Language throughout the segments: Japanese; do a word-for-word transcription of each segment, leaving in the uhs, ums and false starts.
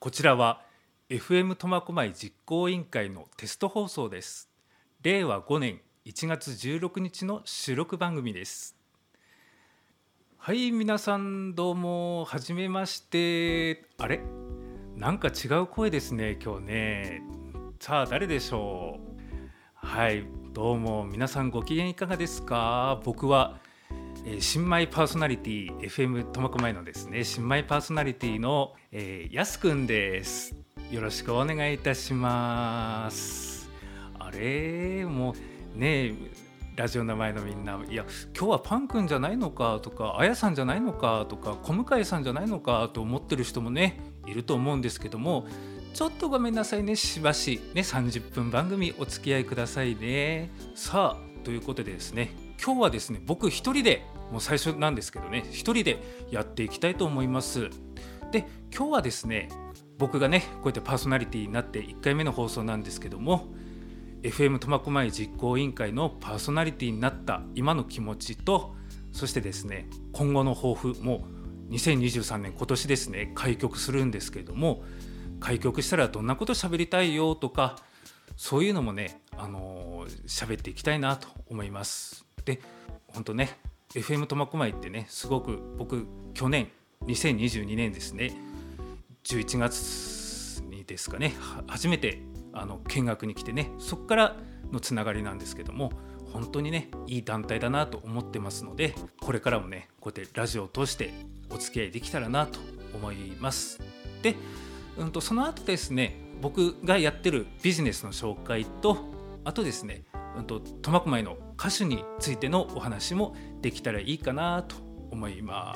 こちらは エフエム 苫小牧実行委員会のテスト放送です。れいわごねんいちがつじゅうろくにちの収録番組です。はい、皆さんどうもはじめまして。あれ、なんか違う声ですね今日ね。さあ誰でしょう。はい、どうも皆さんご機嫌いかがですか。僕はえー新米パーソナリティ エフエム 苫小牧のですね新米パーソナリティの、えー、やすくんです。よろしくお願いいたします。あれもうね、ラジオの前のみんな、いや今日はパンくんじゃないのかとか、あやさんじゃないのかとか、小向井さんじゃないのかと思ってる人もねいると思うんですけども、ちょっとごめんなさいね。しばしねさんじゅっぷん番組お付き合いくださいね。さあということでですね、今日はですね僕一人で、もう最初なんですけどね、一人でやっていきたいと思います。で今日はですね、僕がねこうやってパーソナリティになっていっかいめの放送なんですけども、 エフエム 苫小牧実行委員会のパーソナリティになった今の気持ちと、そしてですね今後の抱負もにせんにじゅうさんねん今年ですね開局するんですけれども、開局したらどんなこと喋りたいよとか、そういうのもねあのー、喋っていきたいなと思います。で本当ね エフエム 苫小牧ってね、すごく僕去年にせんにじゅうにねんですねじゅういちがつにですかね、初めてあの見学に来てね、そこからのつながりなんですけども、本当にねいい団体だなと思ってますので、これからもねこうやってラジオを通してお付き合いできたらなと思います。で、うん、とその後ですね、僕がやってるビジネスの紹介と、あとですね、うん、と苫小牧の歌手についてのお話もできたらいいかなと思います。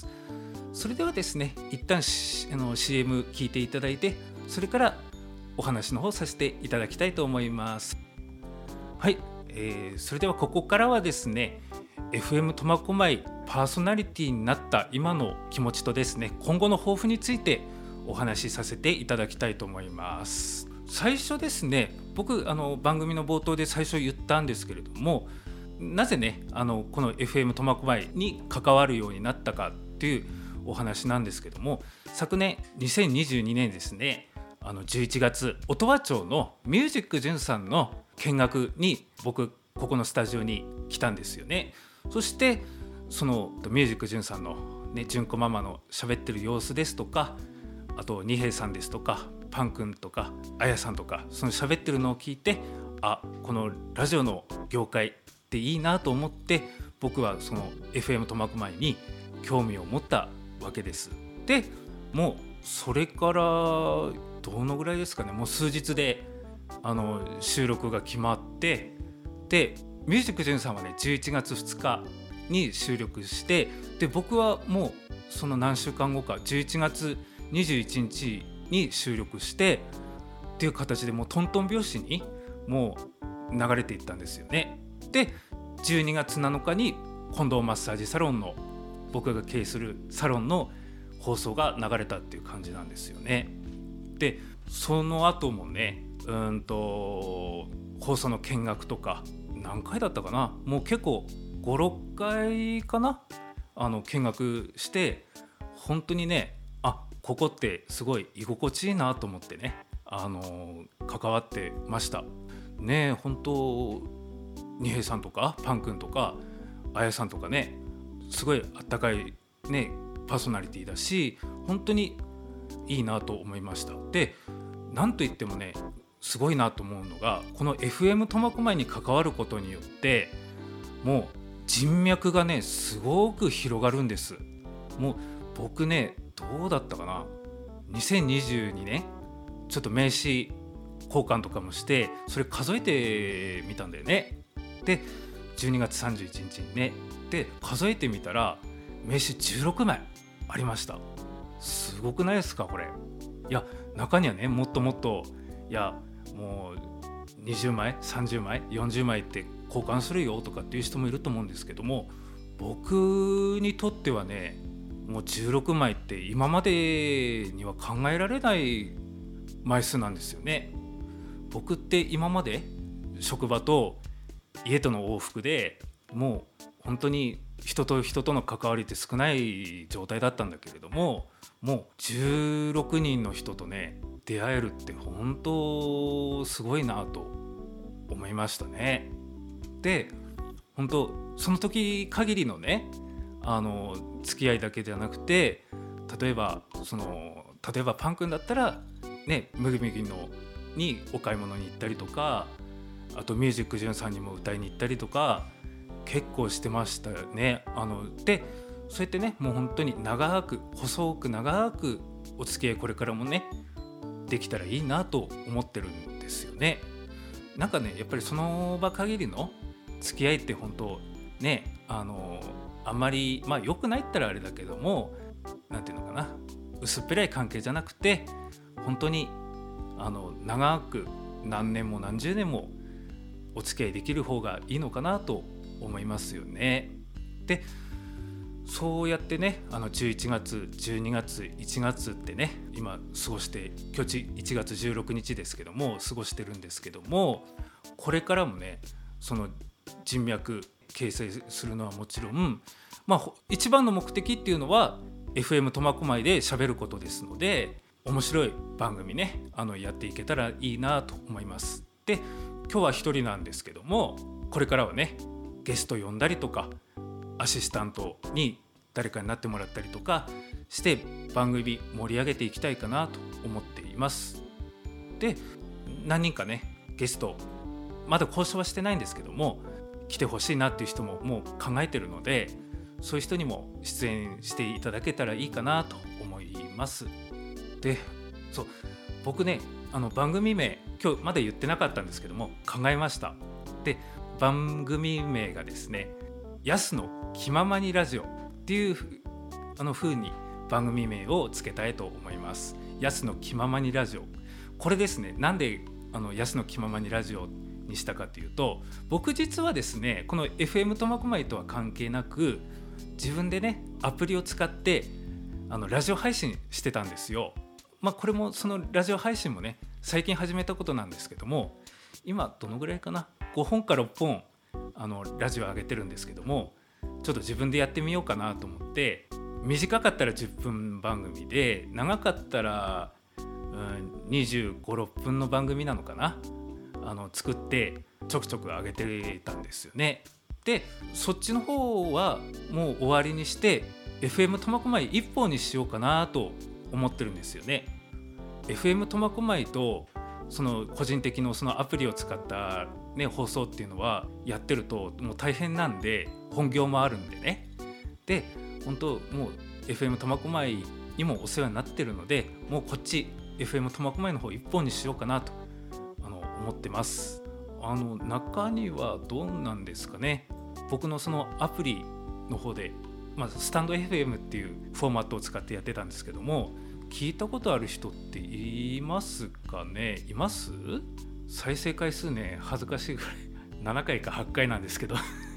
それではですね、一旦あの シーエム 聞いていただいて、それからお話の方させていただきたいと思います。はい、えー、それではここからはですね エフエム 苫小牧パーソナリティになった今の気持ちとですね、今後の抱負についてお話しさせていただきたいと思います。最初ですね、僕あの番組の冒頭で最初言ったんですけれども、なぜねあのこの エフエム 苫小牧に関わるようになったかっていうお話なんですけども、昨年にせんにじゅうにねんですね、あのじゅういちがつ音羽町のミュージックジュンさんの見学に僕ここのスタジオに来たんですよね。そしてそのミュージックジュンさんのね、純子ママの喋ってる様子ですとか、あと二平さんですとかパンくんとかあやさんとか、その喋ってるのを聞いて、あ、このラジオの業界っていいなと思って、僕はその エフエム 苫小牧に興味を持ったわけです。でもうそれからどのぐらいですかね、もう数日であの収録が決まって、でミュージックジュンさんはねじゅういちがつふつかに収録して、で僕はもうその何週間後かじゅういちがつにじゅういちにちに収録してっていう形で、もうトントン拍子にもう流れていったんですよね。でじゅうにがつなのかに近藤マッサージサロンの、僕が経営するサロンの放送が流れたっていう感じなんですよね。でその後もね、うんと放送の見学とか何回だったかな、もう結構ご、ろっかいかな、あの見学して、本当にね、あ、ここってすごい居心地いいなと思ってね、あの関わってましたね。本当二平さんとかパンくんとかあやさんとかね、すごいあったかいねパーソナリティだし、本当にいいなと思いました。でなんといってもねすごいなと思うのが、この エフエム 苫小牧に関わることによってもう人脈がねすごく広がるんです。もう僕ね、どうだったかな、にせんにじゅうにねんちょっと名刺交換とかもして、それ数えてみたんだよね。でじゅうにがつさんじゅういちにちにね、で数えてみたら名刺じゅうろくまいありました。すごくないですかこれ。いや中にはねもっともっと、いやもうにじゅうまいさんじゅうまいよんじゅうまいって交換するよとかっていう人もいると思うんですけども、僕にとってはねもうじゅうろくまいって今までには考えられない枚数なんですよね。僕って今まで職場と家との往復でもう本当に人と人との関わりって少ない状態だったんだけれども、もうじゅうろくにんの人とね出会えるって本当すごいなと思いましたね。で本当その時限りのねあの付き合いだけじゃなくて、例えばその例えばパン君だったらねムギムギのにお買い物に行ったりとか、あとミュージックジュンさんにも歌いに行ったりとか結構してましたよね。あのでそうやってねもう本当に長く細く長くお付き合いこれからもねできたらいいなと思ってるんですよね。なんかねやっぱりその場限りの付き合いって本当ねあのあんまりまあ良くないったらあれだけども、なんていうのかな、薄っぺらい関係じゃなくて本当にあの長く何年も何十年もお付き合いできる方がいいのかなと思いますよね。でそうやってねあのじゅういちがつじゅうにがついちがつってね今過ごして今日いちがつじゅうろくにちですけども過ごしてるんですけども、これからもねその人脈形成するのはもちろん、まあ一番の目的っていうのは エフエム 苫小牧で喋ることですので、面白い番組ねあのやっていけたらいいなと思います。で今日は一人なんですけども、これからはねゲスト呼んだりとかアシスタントに誰かになってもらったりとかして番組盛り上げていきたいかなと思っています。で何人かねゲストまだ交渉はしてないんですけども来てほしいなっていう人ももう考えてるので、そういう人にも出演していただけたらいいかなと思います。でそう僕ねあの番組名今日まだ言ってなかったんですけども考えました。で番組名がですねやすの気ままにラジオっていうあの風に番組名をつけたいと思います。やすの気ままにラジオ、これですね、なんであのやすの気ままにラジオにしたかというと、僕実はですねこの エフエム 苫小牧とは関係なく自分でねアプリを使ってあのラジオ配信してたんですよ。まあこれもそのラジオ配信もね最近始めたことなんですけども、今どのぐらいかなごほんかろっぽんあのラジオ上げてるんですけども、ちょっと自分でやってみようかなと思って、短かったらじゅっぷん番組で長かったら、うん、にじゅうご、ろっぷんの番組なのかな、あの作ってちょくちょく上げてたんですよね。でそっちの方はもう終わりにして エフエム 苫小牧一本にしようかなと思ってるんですよね。 エフエム 苫小牧とその個人的のそのアプリを使った、ね、放送っていうのはやってるともう大変なんで、本業もあるんでね。で本当もう エフエム 苫小牧にもお世話になってるので、もうこっち エフエム 苫小牧の方一本にしようかなとあの思ってます。あの中にはどうなんですかね、僕のそのアプリの方で、まあ、スタンド エフエム っていうフォーマットを使ってやってたんですけども、聞いたことある人っていますかね。います？再生回数ね恥ずかしいぐらいななかいかはっかいなんですけど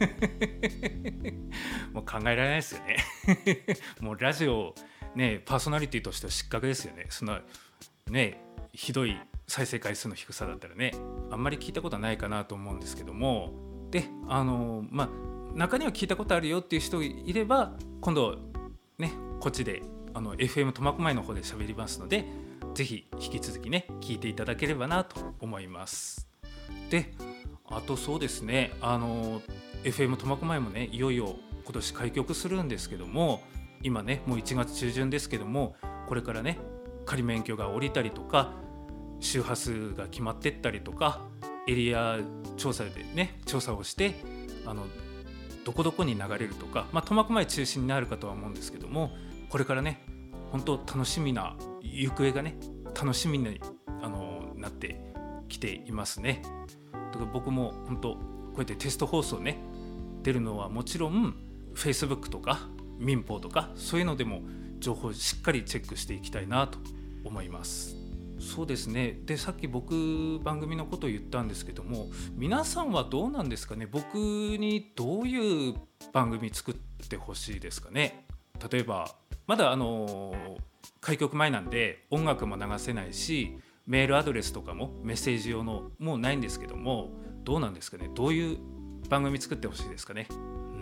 もう考えられないですよねもうラジオねパーソナリティとしては失格ですよね。そんなねひどい再生回数の低さだったらねあんまり聞いたことはないかなと思うんですけども、であのまあ中には聞いたことあるよっていう人いれば今度ねこっちであの エフエム 苫小牧の方で喋りますので、ぜひ引き続きね聞いていただければなと思います。であとそうですねあの エフエム 苫小牧もねいよいよ今年開局するんですけども、今ねもういちがつちゅうじゅんですけども、これからね仮免許が下りたりとか周波数が決まってったりとかエリア調査でね調査をしてあのどこどこに流れるとか、まあ苫小牧中心になるかとは思うんですけども、これからね本当楽しみな行方がね楽しみにあのなってきていますね。だから僕も本当こうやってテスト放送ね出るのはもちろん Facebook とか民放とかそういうのでも情報をしっかりチェックしていきたいなと思います。そうですね。でさっき僕番組のことを言ったんですけども、皆さんはどうなんですかね。僕にどういう番組作ってほしいですかね。例えばまだあの開局前なんで音楽も流せないしメールアドレスとかもメッセージ用のもうないんですけども、どうなんですかね。どういう番組作ってほしいですかね。うん、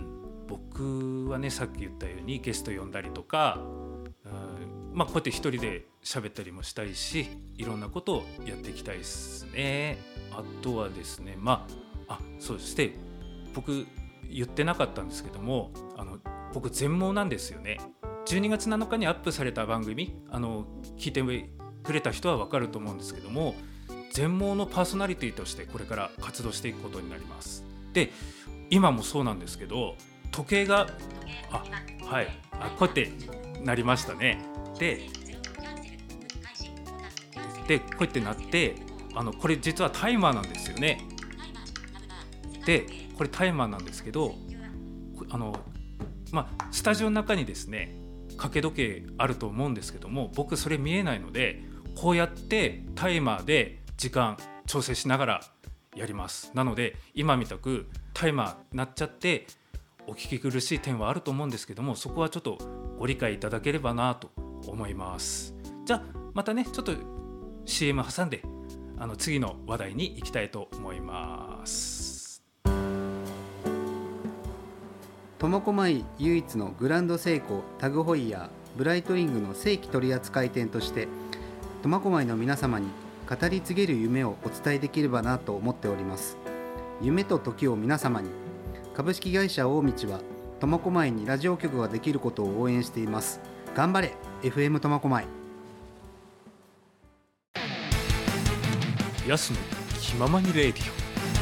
僕はねさっき言ったようにゲスト呼んだりとか、うん、まあこうやって一人で喋ったりもしたいし、いろんなことをやっていきたいですね。あとはですね、まああそうして僕言ってなかったんですけども、あの僕全盲なんですよね。じゅうにがつなのかにアップされた番組、あの聞いてくれた人は分かると思うんですけども、全盲のパーソナリティとしてこれから活動していくことになります。で今もそうなんですけど、時計があはいあこうやってなりましたね。ででこうやってなって、あのこれ実はタイマーなんですよね。でこれタイマーなんですけど、あのまあスタジオの中にですね掛け時計あると思うんですけども、僕それ見えないので、こうやってタイマーで時間調整しながらやります。なので今みたくタイマーなっちゃってお聞き苦しい点はあると思うんですけども、そこはちょっとご理解いただければなと思います。じゃあまたねちょっと シーエム 挟んで、あの次の話題に行きたいと思います。 苫小牧唯一のグランドセイコータグホイヤーブライトリングの正規取扱店として、苫小牧の皆様に語り継げる夢をお伝えできればなと思っております。夢と時を皆様に。株式会社大道は苫小牧にラジオ局ができることを応援しています。頑張れ エフエム 苫小牧。 ヤスの気ままにレディ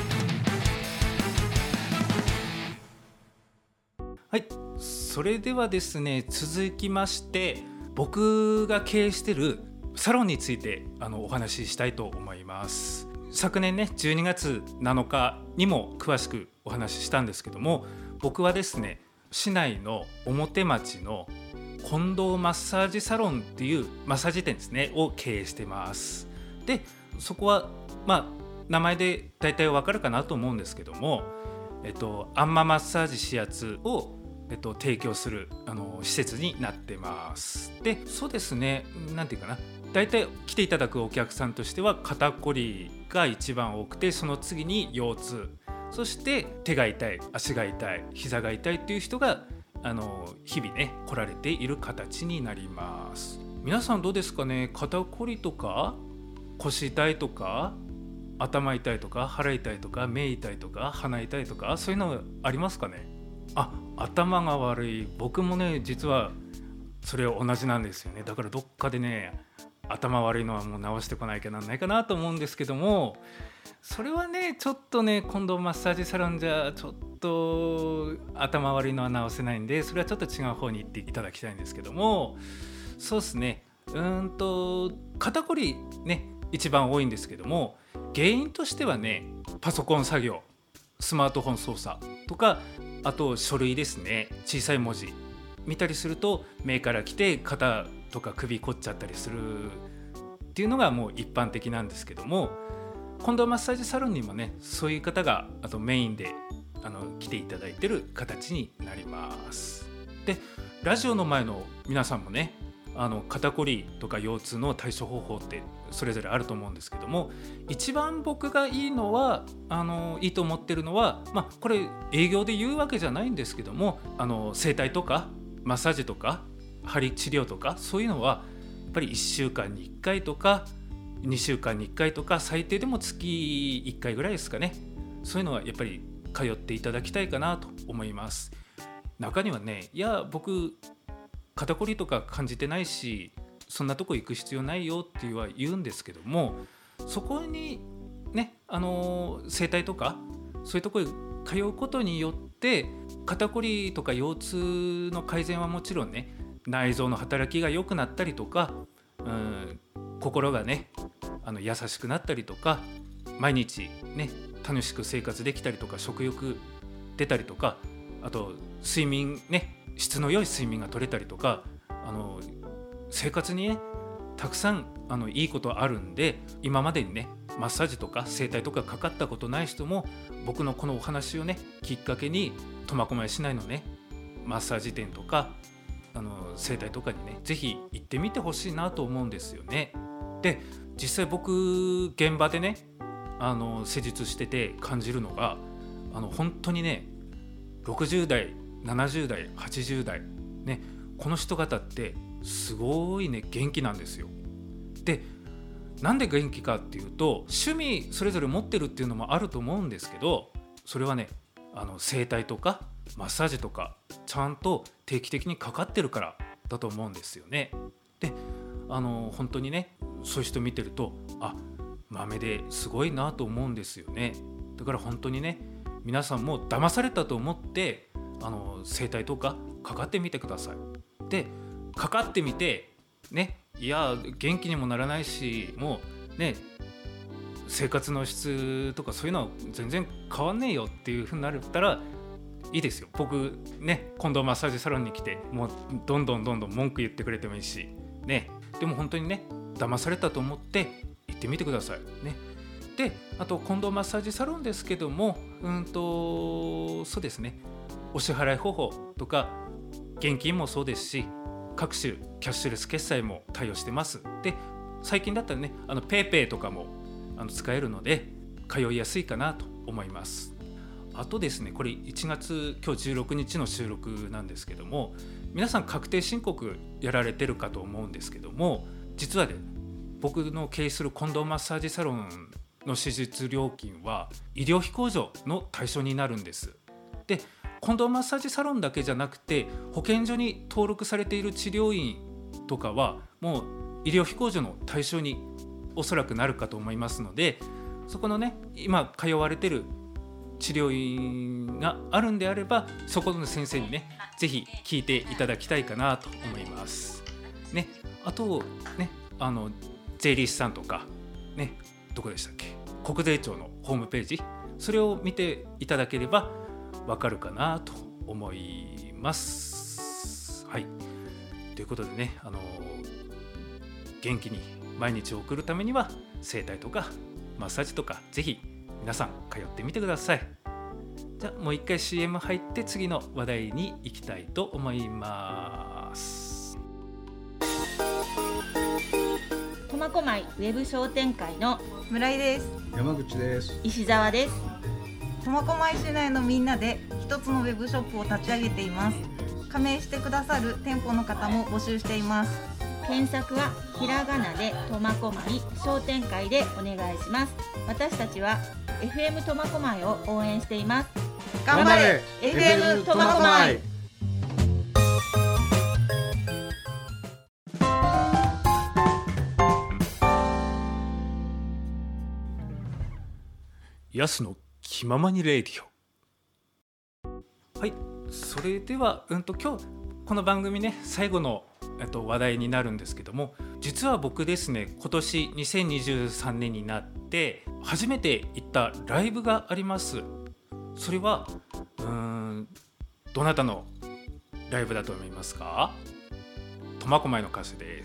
オ。はい、それではですね、続きまして僕が経営しているサロンについてあのお話ししたいと思います。昨年ねじゅうにがつなのかにも詳しくお話ししたんですけども、僕はですね市内の表町の近藤マッサージサロンっていうマッサージ店ですねを経営してます。でそこはまあ名前で大体わかるかなと思うんですけども、えっとアンママッサージ指圧をえっと提供するあの施設になってます。でそうですね、なんていうかな、大体来ていただくお客さんとしては肩こりが一番多くて、その次に腰痛、そして手が痛い、足が痛い、膝が痛いっていう人があの日々ね来られている形になります。皆さんどうですかね。肩こりとか腰痛いとか頭痛いとか腹痛いとか目痛いとか鼻痛いとか、そういうのありますかね。あ、頭が悪い、僕もね実はそれ同じなんですよね。だからどっかでね頭悪いのはもう直してこないとなんないかなと思うんですけども、それはねちょっとね今度マッサージサロンじゃちょっと頭悪いのは直せないんで、それはちょっと違う方に行っていただきたいんですけども、そうですね、うーんと肩こりね一番多いんですけども、原因としてはねパソコン作業、スマートフォン操作とか、あと書類ですね、小さい文字見たりすると目から来て肩とか首凝っちゃったりするっていうのがもう一般的なんですけども、今度はマッサージサロンにもねそういう方があとメインであの来ていただいてる形になります。でラジオの前の皆さんもね、あの肩こりとか腰痛の対処方法ってそれぞれあると思うんですけども、一番僕がいいのはあのいいと思ってるのは、まあ、これ営業で言うわけじゃないんですけども、あの整体とかマッサージとか鍼治療とか、そういうのはやっぱりいっしゅうかんにいっかいとかにしゅうかんにいっかいとか、最低でも月いっかいぐらいですかね。そういうのはやっぱり通っていただきたいかなと思います。中にはね、いや僕肩こりとか感じてないしそんなとこ行く必要ないよっては言うんですけども、そこにねあの整体とかそういうとこに通うことによって肩こりとか腰痛の改善はもちろんね、内臓の働きが良くなったりとか、うん、心がねあの優しくなったりとか、毎日ね楽しく生活できたりとか、食欲出たりとか、あと睡眠ね質の良い睡眠が取れたりとか、あの生活にねたくさんあのいいことあるんで、今までにねマッサージとか整体とかかかったことない人も僕のこのお話をねきっかけに苫小牧市内のねマッサージ店とかあの整体とかにねぜひ行ってみてほしいなと思うんですよね。で実際僕現場でねあの施術してて感じるのが、あの本当にねろくじゅう代ななじゅう代はちじゅう代ね、この人方ってすごいね元気なんですよ。でなんで元気かっていうと、趣味それぞれ持ってるっていうのもあると思うんですけど、それはねあの整体とかマッサージとかちゃんと定期的にかかってるからだと思うんですよね。であの本当にねそういう人見てると、あ豆ですごいなと思うんですよね。だから本当にね皆さんも騙されたと思ってあの整体とかかかってみてください。でかかってみてね、いや元気にもならないし、もうね生活の質とかそういうのは全然変わんねえよっていう風になったらいいですよ。僕ね今度マッサージサロンに来てもうどんどんどんどん文句言ってくれてもいいしね、でも本当にね騙されたと思って行ってみてくださいね。であと近藤マッサージサロンですけども、うんとそうですね、お支払い方法とか現金もそうですし、各種キャッシュレス決済も対応してます。で最近だったらねあのペイペイとかもあの使えるので通いやすいかなと思います。あとですね、これいちがつ今日じゅうろくにちの収録なんですけども、皆さん確定申告やられてるかと思うんですけども、実はね僕の経営する近藤マッサージサロンの施術料金は医療費控除の対象になるんです。で近藤マッサージサロンだけじゃなくて保健所に登録されている治療院とかはもう医療費控除の対象におそらくなるかと思いますので、そこのね今通われてる治療院があるんであればそこの先生にねぜひ聞いていただきたいかなと思いますね。あとねあの税理士さんとかね、どこでしたっけ、国税庁のホームページ、それを見ていただければわかるかなと思います。はい、ということでね、あの元気に毎日を送るためには整体とかマッサージとかぜひ皆さん通ってみてください。じゃあもう一回 シーエム 入って次の話題に行きたいと思います。 苫小牧ウェブ商店会の村井です。 山口です。 石澤です。 苫小牧市内のみんなで一つのウェブショップを立ち上げています。加盟してくださる店舗の方も募集しています。 検索はひらがなで苫小牧商店会でお願いします。私たちは エフエム 苫小牧を応援しています。 頑張れ エフエム 苫小牧。 ヤスの気ままにレディオ。はい、それでは、うん、と今日この番組ね最後の、えっと、話題になるんですけども、実は僕ですね今年にせんにじゅうさんねんになって初めて行ったライブがあります。それはうーんどなたのライブだと思いますか？苫小牧の歌手です。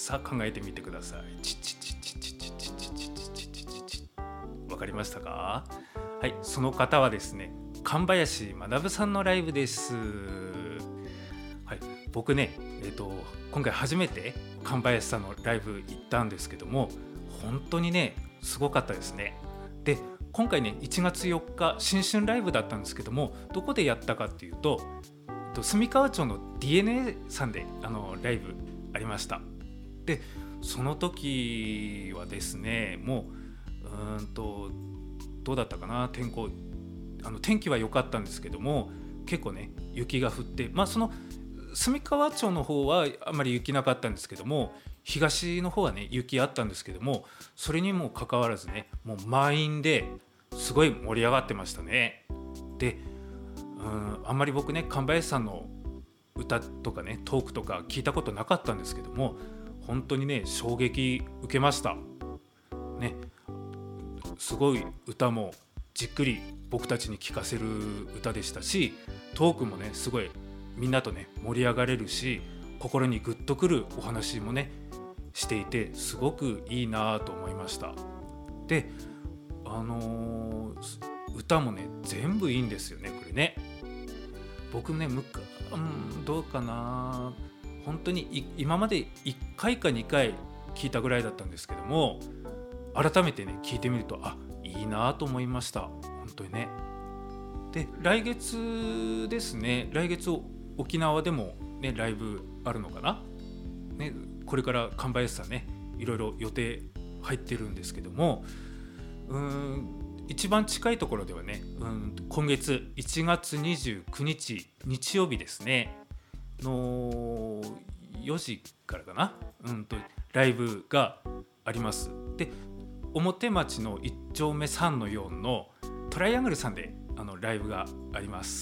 さあ考えてみてください。チッチッチッチッチッチッチッチッチッチッチッチッチッチッわかりましたか？はい、その方はですね神林学さんのライブです。はい、僕ね、えーと、今回初めて神林さんのライブ行ったんですけども、本当にねすごかったですね。で今回ねいちがつよっか新春ライブだったんですけども、どこでやったかっていうと住川町の ディーエヌエー さんであのライブありました。でその時はですねもううーんとどうだったかな、天候あの天気は良かったんですけども結構ね雪が降って、まあその住川町の方はあまり雪なかったんですけども、東の方はね雪あったんですけども、それにもかかわらずねもう満員ですごい盛り上がってましたね。でうんあんまり僕ね神林さんの歌とかねトークとか聞いたことなかったんですけども、本当にね衝撃受けましたね。すごい歌もじっくり僕たちに聴かせる歌でしたし、トークもねすごいみんなとね盛り上がれるし、心にグッとくるお話もねしていてすごくいいなと思いました。であのー、歌もね全部いいんですよねこれね。僕ねむか、うん、どうかな、本当に今までいっかいかにかい聞いたぐらいだったんですけども、改めてね聞いてみるとあいいなと思いました本当にね。 で来月ですね、来月沖縄でも、ね、ライブあるのかな、ね、これから神林さんねいろいろ予定入ってるんですけども、うーん一番近いところではね、うん今月いちがつにじゅうくにち日曜日ですねのよじからかな、うんとライブがあります。で表町のいっちょうめさんのよんのトライアングルさんであのライブがあります。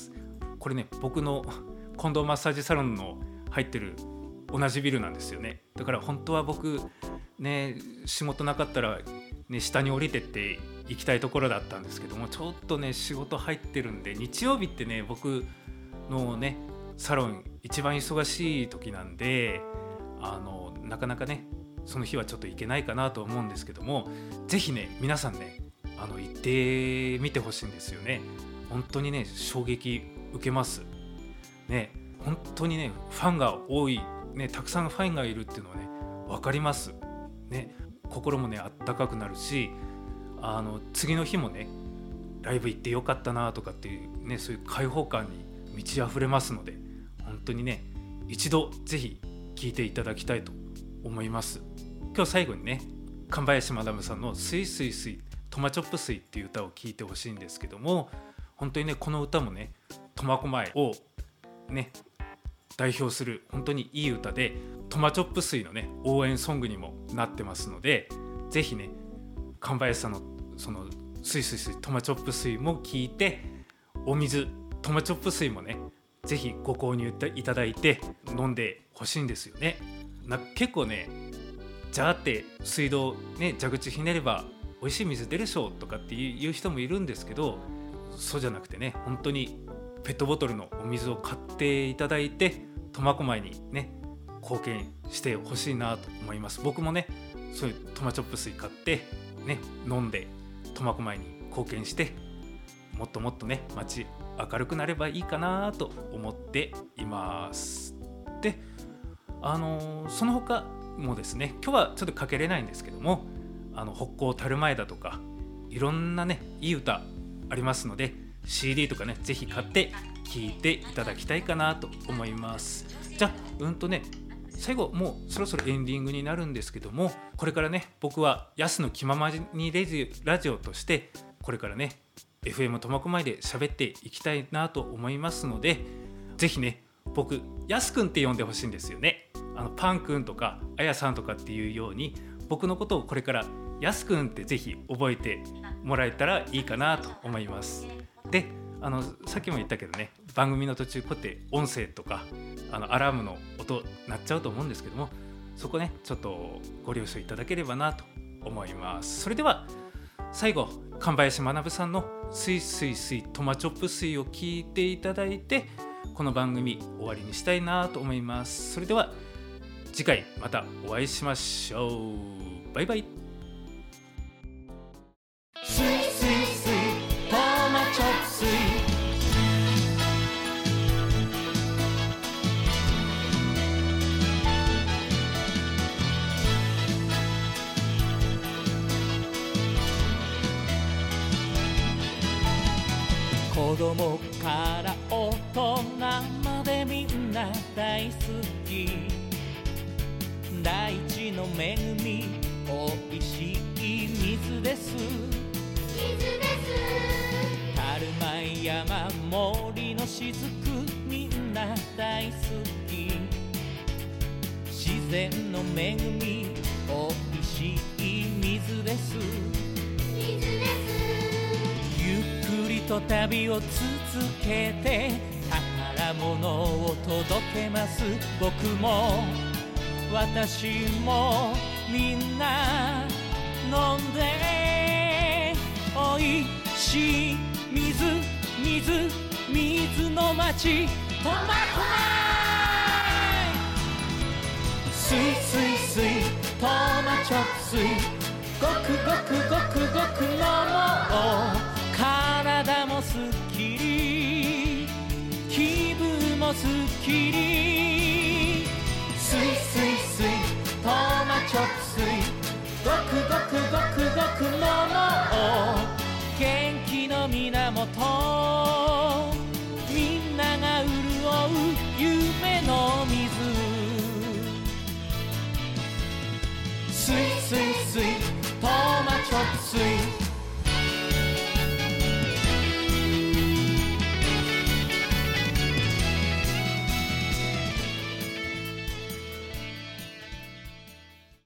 これね僕の近藤マッサージサロンの入ってる同じビルなんですよね。だから本当は僕ね仕事なかったら、ね、下に降りてって行きたいところだったんですけども、ちょっとね仕事入ってるんで、日曜日ってね僕のねサロン一番忙しい時なんで、あのなかなかねその日はちょっと行けないかなと思うんですけども、ぜひね皆さんねあの行ってみてほしいんですよね。本当にね衝撃受けますね。本当にねファンが多い、ね、たくさんファンがいるっていうのはね分かりますね。心もねあったかくなるし、あの次の日もねライブ行ってよかったなとかっていうね、そういう開放感に満ち溢れますので、本当にね一度ぜひ聴いていただきたいと思います。今日最後にね神林学さんのスイスイスイトマチョップスイっていう歌を聴いてほしいんですけども、本当にねこの歌もね苫小牧をね代表する本当にいい歌で、トマチョップ水のね応援ソングにもなってますので、ぜひね神林さんのそのスイスイスイトマチョップ水も聴いて、お水トマチョップ水もねぜひご購入いただいて飲んでほしいんですよね。な結構ねじゃあって水道ね蛇口ひねれば美味しい水出るでしょとかっていう人もいるんですけど、そうじゃなくてね本当にペットボトルのお水を買っていただいて苫小牧にね貢献してほしいなと思います。僕もねそういうトマチョップ水買ってね飲んで苫小牧に貢献して、もっともっとね街明るくなればいいかなと思っています。であのー、その他もですね今日はちょっとかけれないんですけども、あの北高たる前だとかいろんなねいい歌ありますので シーディー とかねぜひ買って聴いていただきたいかなと思います。じゃあうんとね最後もうそろそろエンディングになるんですけども、これからね僕は安の気ままにレジラジオとしてこれからね エフエム 苫小牧で喋っていきたいなと思いますので、ぜひね僕やすくんって呼んでほしいんですよね。あのパンくんとかあやさんとかっていうように僕のことをこれからやすくんってぜひ覚えてもらえたらいいかなと思います。であのさっきも言ったけどね番組の途中こうやって音声とかあのアラームの音鳴っちゃうと思うんですけども、そこねちょっとご了承いただければなと思います。それでは最後神林学さんのスイスイスイトマチョップ水を聞いていただいてこの番組終わりにしたいなと思います。それでは次回またお会いしましょう。バイバイ。 スイスイスイトマチョップ水、子供から大人までみんな大好き、大地の恵みおいしい水です、水です。たるまい山森のしずくみんな大好き、自然の恵みおいしい水です、水です。ゆっくりと旅を続けて宝物を届けます。僕も私もみんな飲んでおいしい水、水、水の町苫小牧、スイスイスイトマチョップ水、ごくごくごくごく飲もう。体もすっきり気分もすっきり